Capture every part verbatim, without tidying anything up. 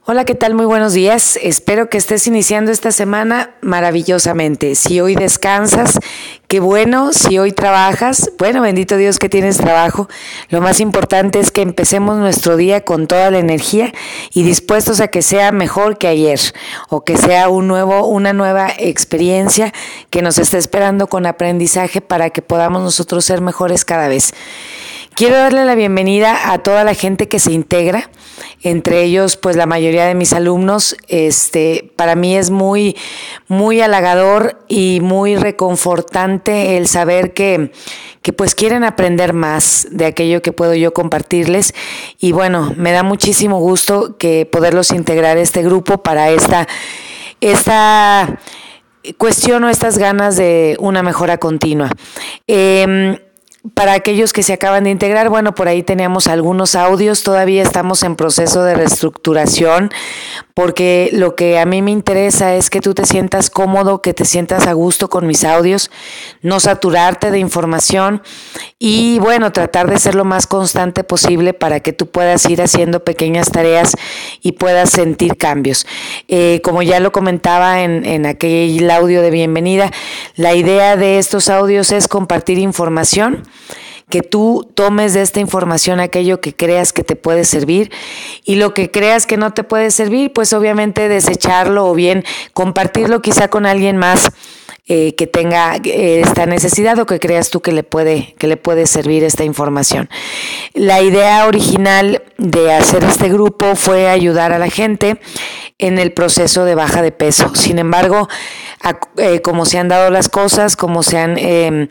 Hola, ¿qué tal? Muy buenos días. Espero que estés iniciando esta semana maravillosamente. Si hoy descansas, qué bueno. Si hoy trabajas, bueno, bendito Dios que tienes trabajo. Lo más importante es que empecemos nuestro día con toda la energía y dispuestos a que sea mejor que ayer o que sea un nuevo, una nueva experiencia que nos esté esperando con aprendizaje para que podamos nosotros ser mejores cada vez. Quiero darle la bienvenida a toda la gente que se integra, entre ellos pues la mayoría de mis alumnos. Este, para mí es muy, muy halagador y muy reconfortante el saber que, que pues quieren aprender más de aquello que puedo yo compartirles. Y bueno, me da muchísimo gusto que poderlos integrar a este grupo para esta, esta cuestión o estas ganas de una mejora continua. Eh, Para aquellos que se acaban de integrar, bueno, por ahí teníamos algunos audios, todavía estamos en proceso de reestructuración, porque lo que a mí me interesa es que tú te sientas cómodo, que te sientas a gusto con mis audios, no saturarte de información y, bueno, tratar de ser lo más constante posible para que tú puedas ir haciendo pequeñas tareas y puedas sentir cambios. Eh, como ya lo comentaba en, en aquel audio de bienvenida, la idea de estos audios es compartir información, que tú tomes de esta información aquello que creas que te puede servir y lo que creas que no te puede servir, pues obviamente desecharlo o bien compartirlo quizá con alguien más eh, que tenga eh, esta necesidad o que creas tú que le puede, que le puede servir esta información. La idea original de hacer este grupo fue ayudar a la gente en el proceso de baja de peso. Sin embargo, a, eh, como se han dado las cosas, como se han... Eh,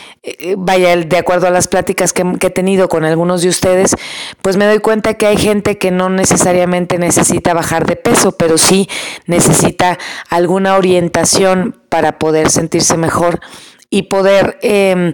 vaya, de acuerdo a las pláticas que, que he tenido con algunos de ustedes, pues me doy cuenta que hay gente que no necesariamente necesita bajar de peso, pero sí necesita alguna orientación para poder sentirse mejor y poder, eh,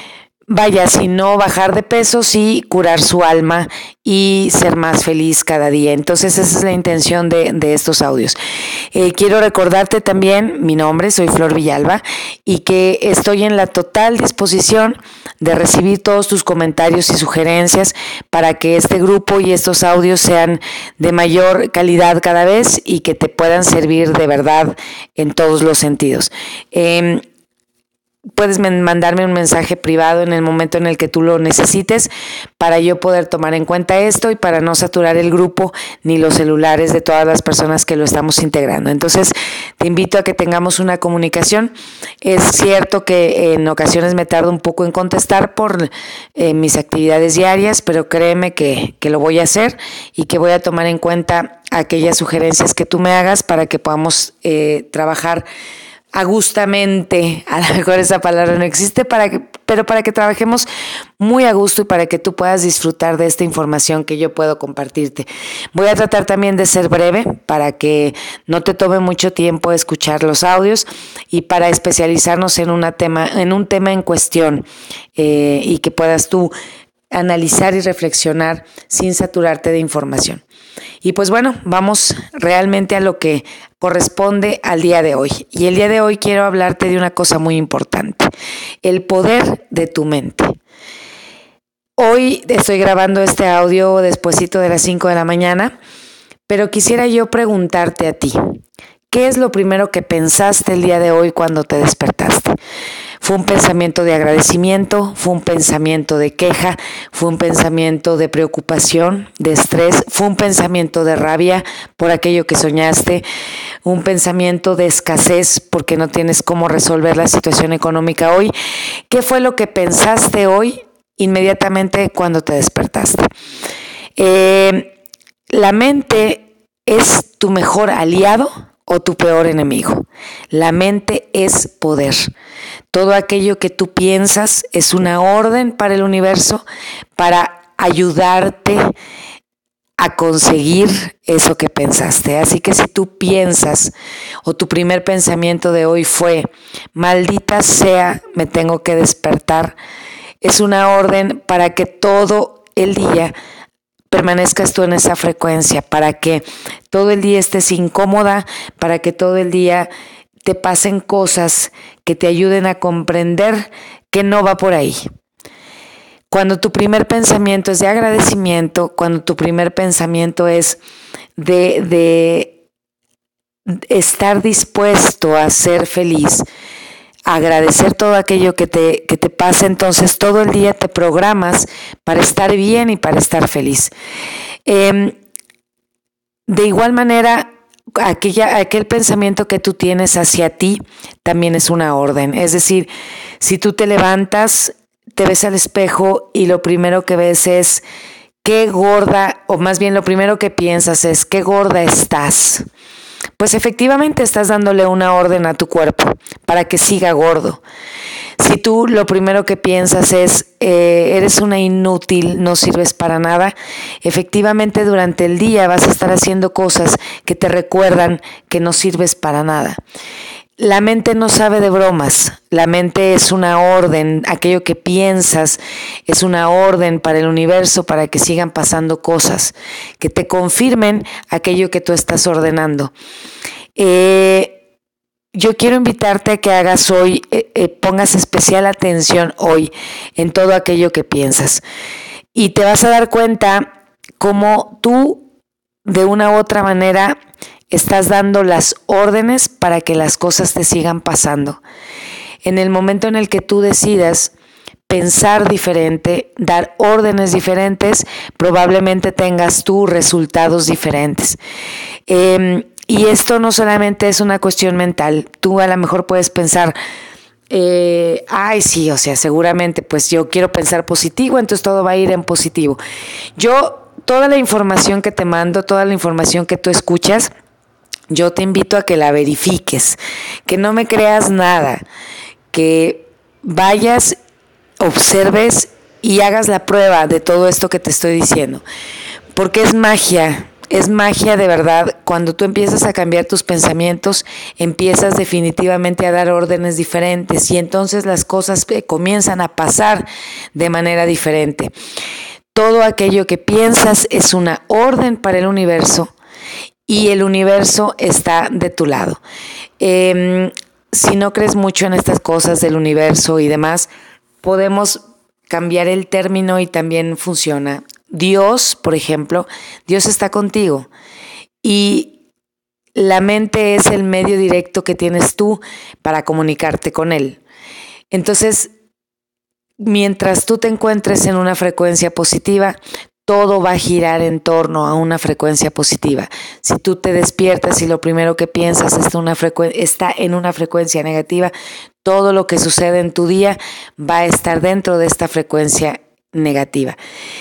vaya, si no bajar de peso, sí curar su alma y ser más feliz cada día. Entonces esa es la intención de, de estos audios. Eh, quiero recordarte también mi nombre, soy Flor Villalba, y que estoy en la total disposición de recibir todos tus comentarios y sugerencias para que este grupo y estos audios sean de mayor calidad cada vez y que te puedan servir de verdad en todos los sentidos. Eh, Puedes mandarme un mensaje privado en el momento en el que tú lo necesites para yo poder tomar en cuenta esto y para no saturar el grupo ni los celulares de todas las personas que lo estamos integrando. Entonces, te invito a que tengamos una comunicación. Es cierto que en ocasiones me tardo un poco en contestar por eh, mis actividades diarias, pero créeme que, que lo voy a hacer y que voy a tomar en cuenta aquellas sugerencias que tú me hagas para que podamos eh, trabajar agustamente. A lo mejor esa palabra no existe, para que, pero para que trabajemos muy a gusto y para que tú puedas disfrutar de esta información que yo puedo compartirte. Voy a tratar también de ser breve para que no te tome mucho tiempo escuchar los audios y para especializarnos en, una tema, en un tema en cuestión eh, y que puedas tú analizar y reflexionar sin saturarte de información. Y pues bueno, vamos realmente a lo que corresponde al día de hoy. Y el día de hoy quiero hablarte de una cosa muy importante: el poder de tu mente. Hoy estoy grabando este audio despuesito de las cinco de la mañana, pero quisiera yo preguntarte a ti, ¿qué es lo primero que pensaste el día de hoy cuando te despertaste? ¿Fue un pensamiento de agradecimiento? ¿Fue un pensamiento de queja? ¿Fue un pensamiento de preocupación, de estrés? ¿Fue un pensamiento de rabia por aquello que soñaste? ¿Un pensamiento de escasez porque no tienes cómo resolver la situación económica hoy? ¿Qué fue lo que pensaste hoy inmediatamente cuando te despertaste? Eh, la mente es tu mejor aliado o tu peor enemigo. La mente es poder. Todo aquello que tú piensas es una orden para el universo para ayudarte a conseguir eso que pensaste. Así que si tú piensas o tu primer pensamiento de hoy fue maldita sea, me tengo que despertar, es una orden para que todo el día permanezcas tú en esa frecuencia, para que todo el día estés incómoda, para que todo el día te pasen cosas que te ayuden a comprender que no va por ahí. Cuando tu primer pensamiento es de agradecimiento, cuando tu primer pensamiento es de, de estar dispuesto a ser feliz, a agradecer todo aquello que te, que te pasa, entonces todo el día te programas para estar bien y para estar feliz. Eh, de igual manera, aquella, aquel pensamiento que tú tienes hacia ti también es una orden. Es decir, si tú te levantas, te ves al espejo y lo primero que ves es qué gorda, o más bien lo primero que piensas es qué gorda estás. Pues efectivamente estás dándole una orden a tu cuerpo para que siga gordo. Si tú lo primero que piensas es eh, eres una inútil, no sirves para nada, efectivamente durante el día vas a estar haciendo cosas que te recuerdan que no sirves para nada. La mente no sabe de bromas, la mente es una orden, aquello que piensas es una orden para el universo para que sigan pasando cosas, que te confirmen aquello que tú estás ordenando. Eh, yo quiero invitarte a que hagas hoy, eh, eh, pongas especial atención hoy en todo aquello que piensas y te vas a dar cuenta cómo tú de una u otra manera estás dando las órdenes para que las cosas te sigan pasando. En el momento en el que tú decidas pensar diferente, dar órdenes diferentes, probablemente tengas tú resultados diferentes. Eh, y esto no solamente es una cuestión mental. Tú a lo mejor puedes pensar, eh, ay sí, o sea, seguramente pues yo quiero pensar positivo, entonces todo va a ir en positivo. Yo, toda la información que te mando, toda la información que tú escuchas, yo te invito a que la verifiques, que no me creas nada, que vayas, observes y hagas la prueba de todo esto que te estoy diciendo, porque es magia, es magia de verdad. Cuando tú empiezas a cambiar tus pensamientos, empiezas definitivamente a dar órdenes diferentes y entonces las cosas comienzan a pasar de manera diferente. Todo aquello que piensas es una orden para el universo y el universo está de tu lado. Eh, si no crees mucho en estas cosas del universo y demás, podemos cambiar el término y también funciona. Dios, por ejemplo, Dios está contigo y la mente es el medio directo que tienes tú para comunicarte con Él. Entonces, mientras tú te encuentres en una frecuencia positiva, todo va a girar en torno a una frecuencia positiva. Si tú te despiertas y lo primero que piensas está, una frecuen- está en una frecuencia negativa, todo lo que sucede en tu día va a estar dentro de esta frecuencia negativa.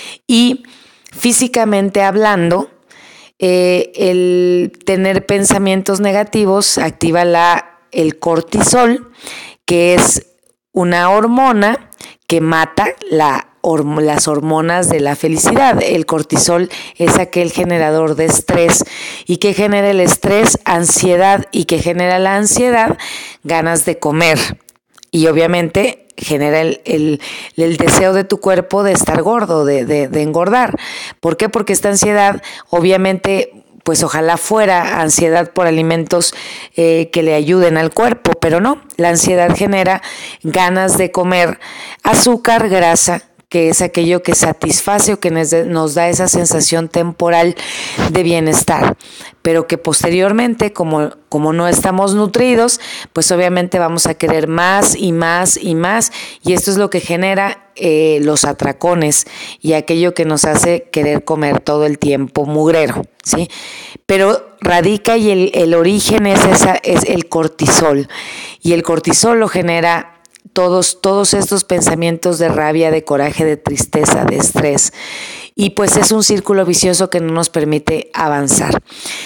Y físicamente hablando, eh, el tener pensamientos negativos activa la, el cortisol, que es una hormona que mata la las hormonas de la felicidad. El cortisol es aquel generador de estrés y que genera el estrés, ansiedad y que genera la ansiedad, ganas de comer y obviamente genera el, el, el deseo de tu cuerpo de estar gordo, de, de, de engordar. ¿Por qué? Porque esta ansiedad obviamente pues ojalá fuera ansiedad por alimentos eh, que le ayuden al cuerpo, pero no, la ansiedad genera ganas de comer azúcar, grasa, que es aquello que satisface o que nos da esa sensación temporal de bienestar, pero que posteriormente, como, como no estamos nutridos, pues obviamente vamos a querer más y más y más, y esto es lo que genera eh, los atracones y aquello que nos hace querer comer todo el tiempo mugrero, ¿sí? Pero radica y el, el origen es, esa, es el cortisol, y el cortisol lo genera Todos, todos estos pensamientos de rabia, de coraje, de tristeza, de estrés. Y pues es un círculo vicioso que no nos permite avanzar.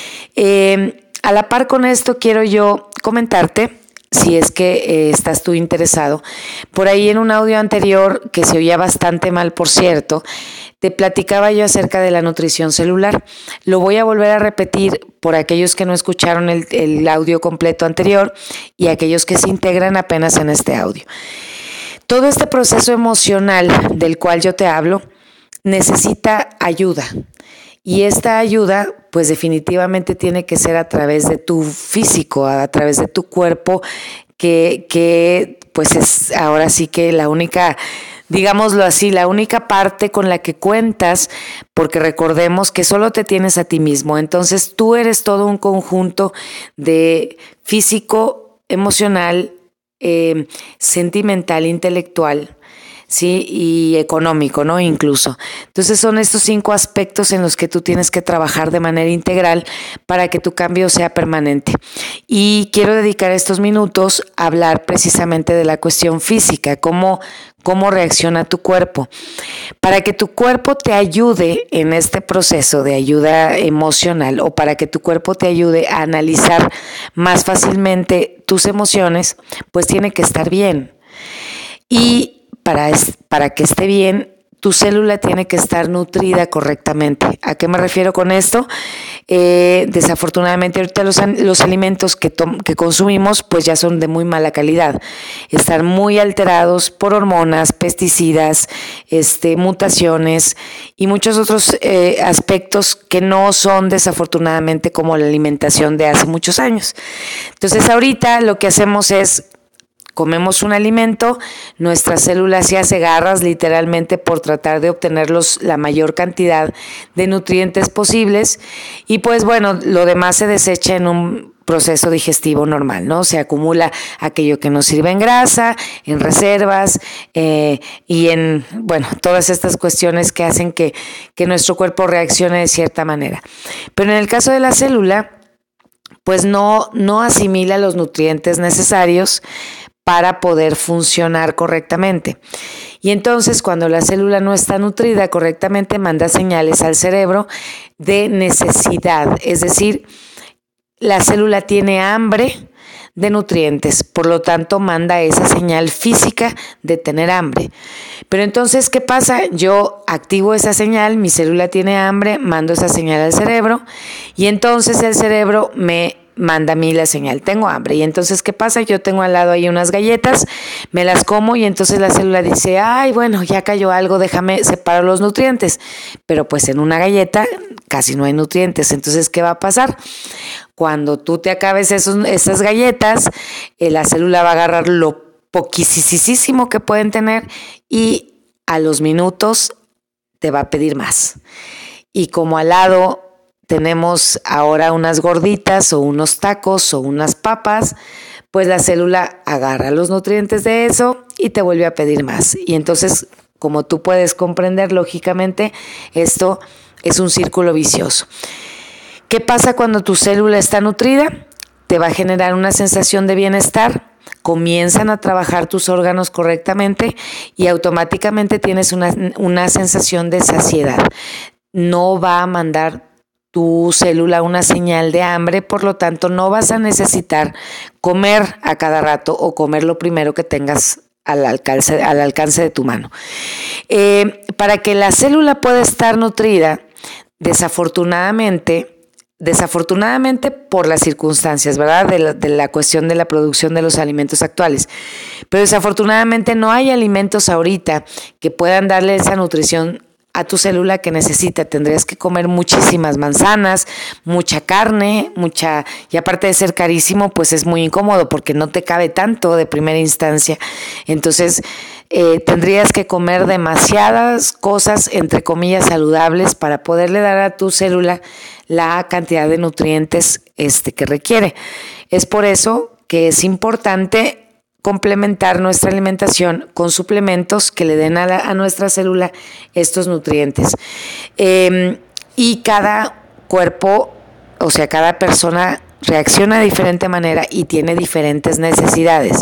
Eh, a la par con esto quiero yo comentarte, si es que eh, estás tú interesado, por ahí en un audio anterior, que se oía bastante mal por cierto, te platicaba yo acerca de la nutrición celular. Lo voy a volver a repetir por aquellos que no escucharon el, el audio completo anterior y aquellos que se integran apenas en este audio. Todo este proceso emocional del cual yo te hablo necesita ayuda. Y esta ayuda, pues definitivamente tiene que ser a través de tu físico, a través de tu cuerpo, que, que pues es ahora sí que la única digámoslo así, la única parte con la que cuentas, porque recordemos que solo te tienes a ti mismo. Entonces tú eres todo un conjunto de físico, emocional, eh, sentimental, intelectual, ¿sí? Y económico, ¿no? Incluso. Entonces son estos cinco aspectos en los que tú tienes que trabajar de manera integral para que tu cambio sea permanente. Y quiero dedicar estos minutos a hablar precisamente de la cuestión física, cómo, cómo reacciona tu cuerpo. Para que tu cuerpo te ayude en este proceso de ayuda emocional o para que tu cuerpo te ayude a analizar más fácilmente tus emociones, pues tiene que estar bien. Y Para, para que esté bien, tu célula tiene que estar nutrida correctamente. ¿A qué me refiero con esto? Eh, desafortunadamente ahorita los, los alimentos que, to, que consumimos pues ya son de muy mala calidad. Están muy alterados por hormonas, pesticidas, este, mutaciones y muchos otros eh, aspectos que no son desafortunadamente como la alimentación de hace muchos años. Entonces ahorita lo que hacemos es comemos un alimento, nuestra célula se hace garras literalmente por tratar de obtener los, la mayor cantidad de nutrientes posibles y pues bueno, lo demás se desecha en un proceso digestivo normal, ¿no? Se acumula aquello que nos sirve en grasa, en reservas eh, y en, bueno, todas estas cuestiones que hacen que, que nuestro cuerpo reaccione de cierta manera. Pero en el caso de la célula, pues no, no asimila los nutrientes necesarios para poder funcionar correctamente. Y entonces cuando la célula no está nutrida correctamente, manda señales al cerebro de necesidad, es decir, la célula tiene hambre de nutrientes, por lo tanto manda esa señal física de tener hambre. Pero entonces, ¿qué pasa? Yo activo esa señal, mi célula tiene hambre, mando esa señal al cerebro y entonces el cerebro me manda a mí la señal, tengo hambre. Y entonces, ¿qué pasa? Yo tengo al lado ahí unas galletas, me las como y entonces la célula dice, ay, bueno, ya cayó algo, déjame separar los nutrientes. Pero pues en una galleta casi no hay nutrientes. Entonces, ¿qué va a pasar? Cuando tú te acabes esos, esas galletas, eh, la célula va a agarrar lo poquisísimo que pueden tener y a los minutos te va a pedir más. Y como al lado tenemos ahora unas gorditas o unos tacos o unas papas, pues la célula agarra los nutrientes de eso y te vuelve a pedir más. Y entonces, como tú puedes comprender, lógicamente, esto es un círculo vicioso. ¿Qué pasa cuando tu célula está nutrida? Te va a generar una sensación de bienestar, comienzan a trabajar tus órganos correctamente y automáticamente tienes una, una sensación de saciedad. No va a mandar tu célula una señal de hambre, por lo tanto no vas a necesitar comer a cada rato o comer lo primero que tengas al alcance, al alcance de tu mano. Eh, para que la célula pueda estar nutrida, desafortunadamente, desafortunadamente por las circunstancias, ¿verdad? De la, de la cuestión de la producción de los alimentos actuales, pero desafortunadamente no hay alimentos ahorita que puedan darle esa nutrición a tu célula que necesita. Tendrías que comer muchísimas manzanas, mucha carne, mucha, y aparte de ser carísimo, pues es muy incómodo porque no te cabe tanto de primera instancia. Entonces, eh, tendrías que comer demasiadas cosas, entre comillas, saludables para poderle dar a tu célula la cantidad de nutrientes este, que requiere. Es por eso que es importante complementar nuestra alimentación con suplementos que le den a, la, a nuestra célula estos nutrientes. Eh, y cada cuerpo, o sea, cada persona reacciona de diferente manera y tiene diferentes necesidades.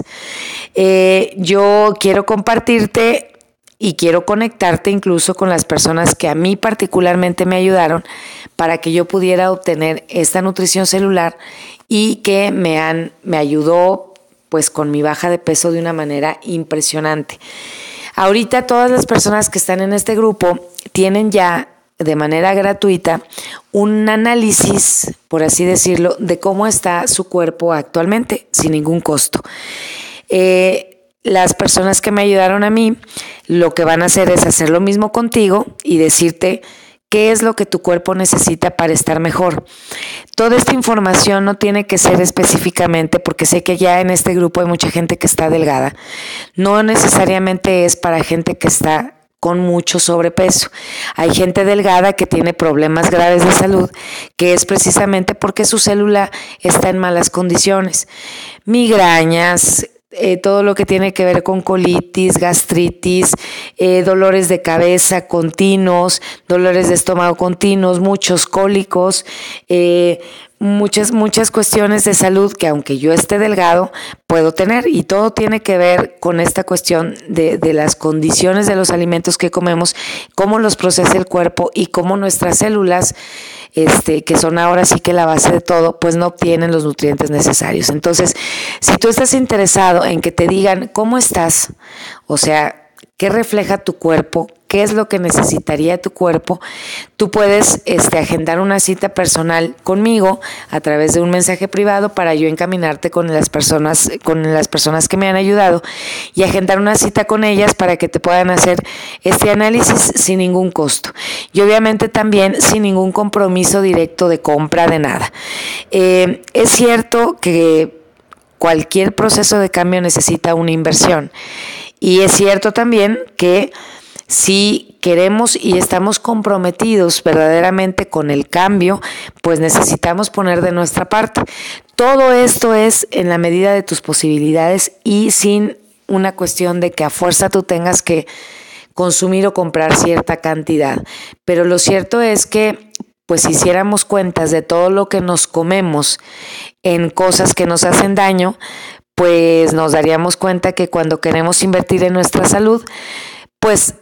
Eh, yo quiero compartirte y quiero conectarte incluso con las personas que a mí particularmente me ayudaron para que yo pudiera obtener esta nutrición celular y que me, han, me ayudó pues con mi baja de peso de una manera impresionante. Ahorita todas las personas que están en este grupo tienen ya de manera gratuita un análisis, por así decirlo, de cómo está su cuerpo actualmente, sin ningún costo. Eh, las personas que me ayudaron a mí, lo que van a hacer es hacer lo mismo contigo y decirte qué es lo que tu cuerpo necesita para estar mejor. Toda esta información no tiene que ser específicamente, porque sé que ya en este grupo hay mucha gente que está delgada. No necesariamente es para gente que está con mucho sobrepeso. Hay gente delgada que tiene problemas graves de salud, que es precisamente porque su célula está en malas condiciones. Migrañas, eh, todo lo que tiene que ver con colitis, gastritis, eh, dolores de cabeza continuos, dolores de estómago continuos, muchos cólicos, eh, muchas, muchas cuestiones de salud que aunque yo esté delgado, puedo tener, y todo tiene que ver con esta cuestión de, de las condiciones de los alimentos que comemos, cómo los procesa el cuerpo y cómo nuestras células, este, que son ahora sí que la base de todo, pues no obtienen los nutrientes necesarios. Entonces, si tú estás interesado en que te digan cómo estás, o sea, qué refleja tu cuerpo, qué es lo que necesitaría tu cuerpo, tú puedes este, agendar una cita personal conmigo a través de un mensaje privado para yo encaminarte con las personas, con las personas que me han ayudado, y agendar una cita con ellas para que te puedan hacer este análisis sin ningún costo. Y obviamente también sin ningún compromiso directo de compra de nada. Eh, es cierto que cualquier proceso de cambio necesita una inversión. Y es cierto también que si queremos y estamos comprometidos verdaderamente con el cambio, pues necesitamos poner de nuestra parte. Todo esto es en la medida de tus posibilidades y sin una cuestión de que a fuerza tú tengas que consumir o comprar cierta cantidad. Pero lo cierto es que, pues si hiciéramos cuentas de todo lo que nos comemos en cosas que nos hacen daño, pues nos daríamos cuenta que cuando queremos invertir en nuestra salud, pues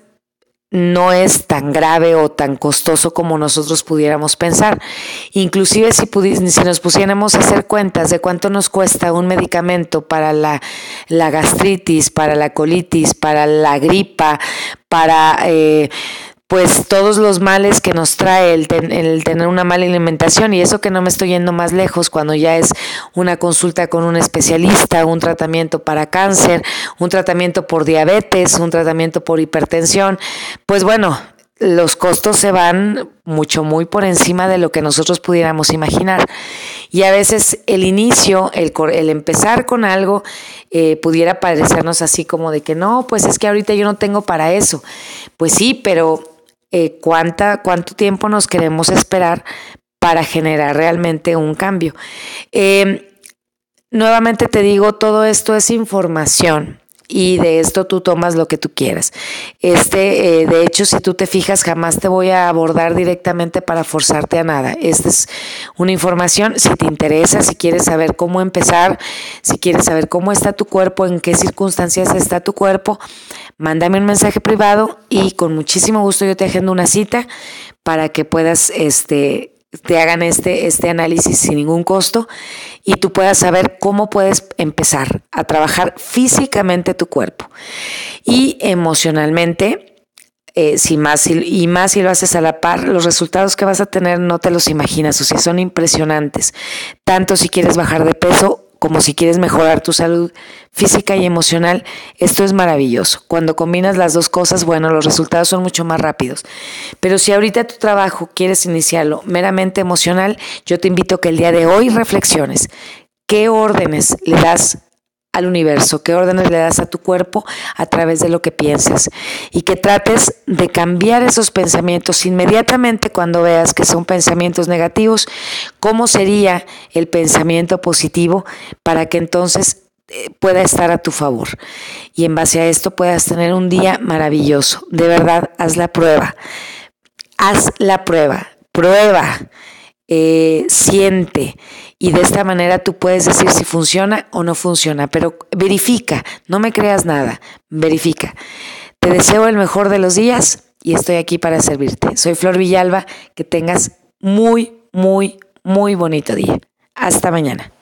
no es tan grave o tan costoso como nosotros pudiéramos pensar. Inclusive si, pudi- si nos pusiéramos a hacer cuentas de cuánto nos cuesta un medicamento para la, la gastritis, para la colitis, para la gripa, para eh, pues todos los males que nos trae el, ten, el tener una mala alimentación, y eso que no me estoy yendo más lejos, cuando ya es una consulta con un especialista, un tratamiento para cáncer, un tratamiento por diabetes, un tratamiento por hipertensión, pues bueno, los costos se van mucho, muy por encima de lo que nosotros pudiéramos imaginar. Y a veces el inicio, el, el empezar con algo, eh, pudiera parecernos así como de que no, pues es que ahorita yo no tengo para eso. Pues sí, pero Eh, cuánta, cuánto tiempo nos queremos esperar para generar realmente un cambio. Eh, nuevamente te digo, todo esto es información y de esto tú tomas lo que tú quieras. Este, eh, de hecho, si tú te fijas, jamás te voy a abordar directamente para forzarte a nada. Esta es una información, si te interesa, si quieres saber cómo empezar, si quieres saber cómo está tu cuerpo, en qué circunstancias está tu cuerpo, mándame un mensaje privado y con muchísimo gusto yo te agendo una cita para que puedas, este, te hagan este, este análisis sin ningún costo y tú puedas saber cómo puedes empezar a trabajar físicamente tu cuerpo y emocionalmente. Eh, si más, y, y más si lo haces a la par, los resultados que vas a tener no te los imaginas, o sea, son impresionantes, tanto si quieres bajar de peso como si quieres mejorar tu salud física y emocional. Esto es maravilloso. Cuando combinas las dos cosas, bueno, los resultados son mucho más rápidos. Pero si ahorita tu trabajo quieres iniciarlo meramente emocional, yo te invito a que el día de hoy reflexiones. ¿Qué órdenes le das al universo? ¿Qué órdenes le das a tu cuerpo a través de lo que piensas? Y que trates de cambiar esos pensamientos inmediatamente cuando veas que son pensamientos negativos. ¿Cómo sería el pensamiento positivo para que entonces eh, pueda estar a tu favor? Y en base a esto puedas tener un día maravilloso. De verdad, haz la prueba. Haz la prueba. Prueba. Eh, siente, y de esta manera tú puedes decir si funciona o no funciona, pero verifica, no me creas nada, verifica. Te deseo el mejor de los días y estoy aquí para servirte. Soy Flor Villalba, que tengas muy, muy, muy bonito día. Hasta mañana.